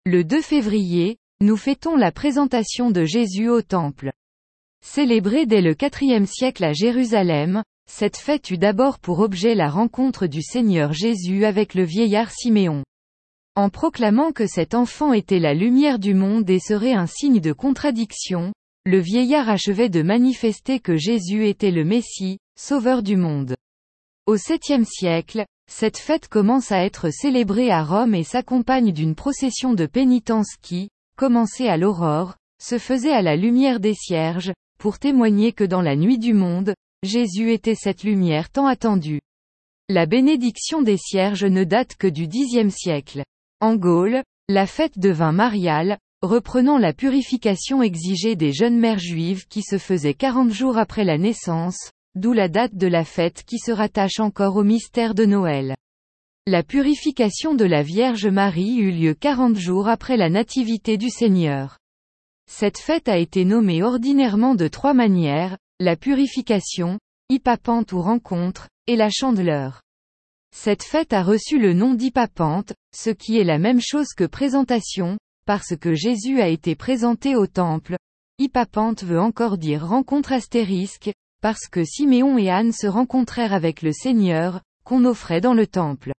Le 2 février, nous fêtons la présentation de Jésus au Temple. Célébrée dès le IVe siècle à Jérusalem, cette fête eut d'abord pour objet la rencontre du Seigneur Jésus avec le vieillard Siméon. En proclamant que cet enfant était la lumière du monde et serait un signe de contradiction, le vieillard achevait de manifester que Jésus était le Messie, sauveur du monde. Au 7e siècle, cette fête commence à être célébrée à Rome et s'accompagne d'une procession de pénitence qui, commencée à l'aurore, se faisait à la lumière des cierges, pour témoigner que dans la nuit du monde, Jésus était cette lumière tant attendue. La bénédiction des cierges ne date que du Xe siècle. En Gaule, la fête devint mariale, reprenant la purification exigée des jeunes mères juives qui se faisait 40 jours après la naissance, d'où la date de la fête qui se rattache encore au mystère de Noël. La purification de la Vierge Marie eut lieu 40 jours après la nativité du Seigneur. Cette fête a été nommée ordinairement de 3 manières, la purification, Hypapante ou rencontre, et la chandeleur. Cette fête a reçu le nom d'Hypapante, ce qui est la même chose que présentation, parce que Jésus a été présenté au temple. Hypapante veut encore dire rencontre astérisque, parce que Siméon et Anne se rencontrèrent avec le Seigneur, qu'on offrait dans le temple.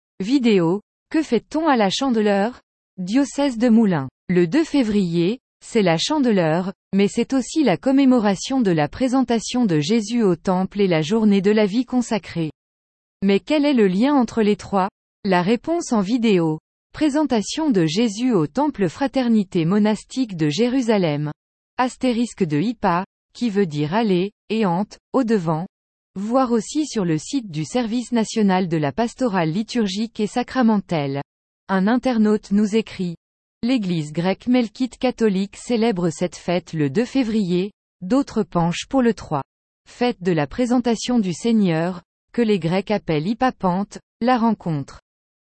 Vidéo, que fait-on à la chandeleur? Diocèse de Moulins. Le 2 février, c'est la chandeleur, mais c'est aussi la commémoration de la présentation de Jésus au temple et la journée de la vie consacrée. Mais quel est le lien entre les trois? La réponse en vidéo. Présentation de Jésus au temple Fraternité monastique de Jérusalem. Astérisque de Hypa, qui veut dire aller, et ante, au devant. Voir aussi sur le site du Service national de la pastorale liturgique et sacramentelle. Un internaute nous écrit. L'Église grecque melkite catholique célèbre cette fête le 2 février, d'autres penchent pour le 3. Fête de la présentation du Seigneur, que les Grecs appellent Hypapante, la rencontre.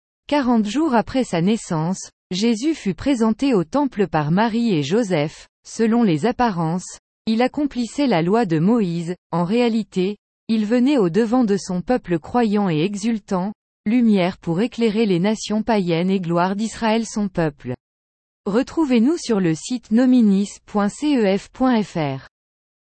40 jours après sa naissance, Jésus fut présenté au temple par Marie et Joseph. Selon les apparences, il accomplissait la loi de Moïse. En réalité, il venait au devant de son peuple croyant et exultant, lumière pour éclairer les nations païennes et gloire d'Israël son peuple. Retrouvez-nous sur le site nominis.cef.fr.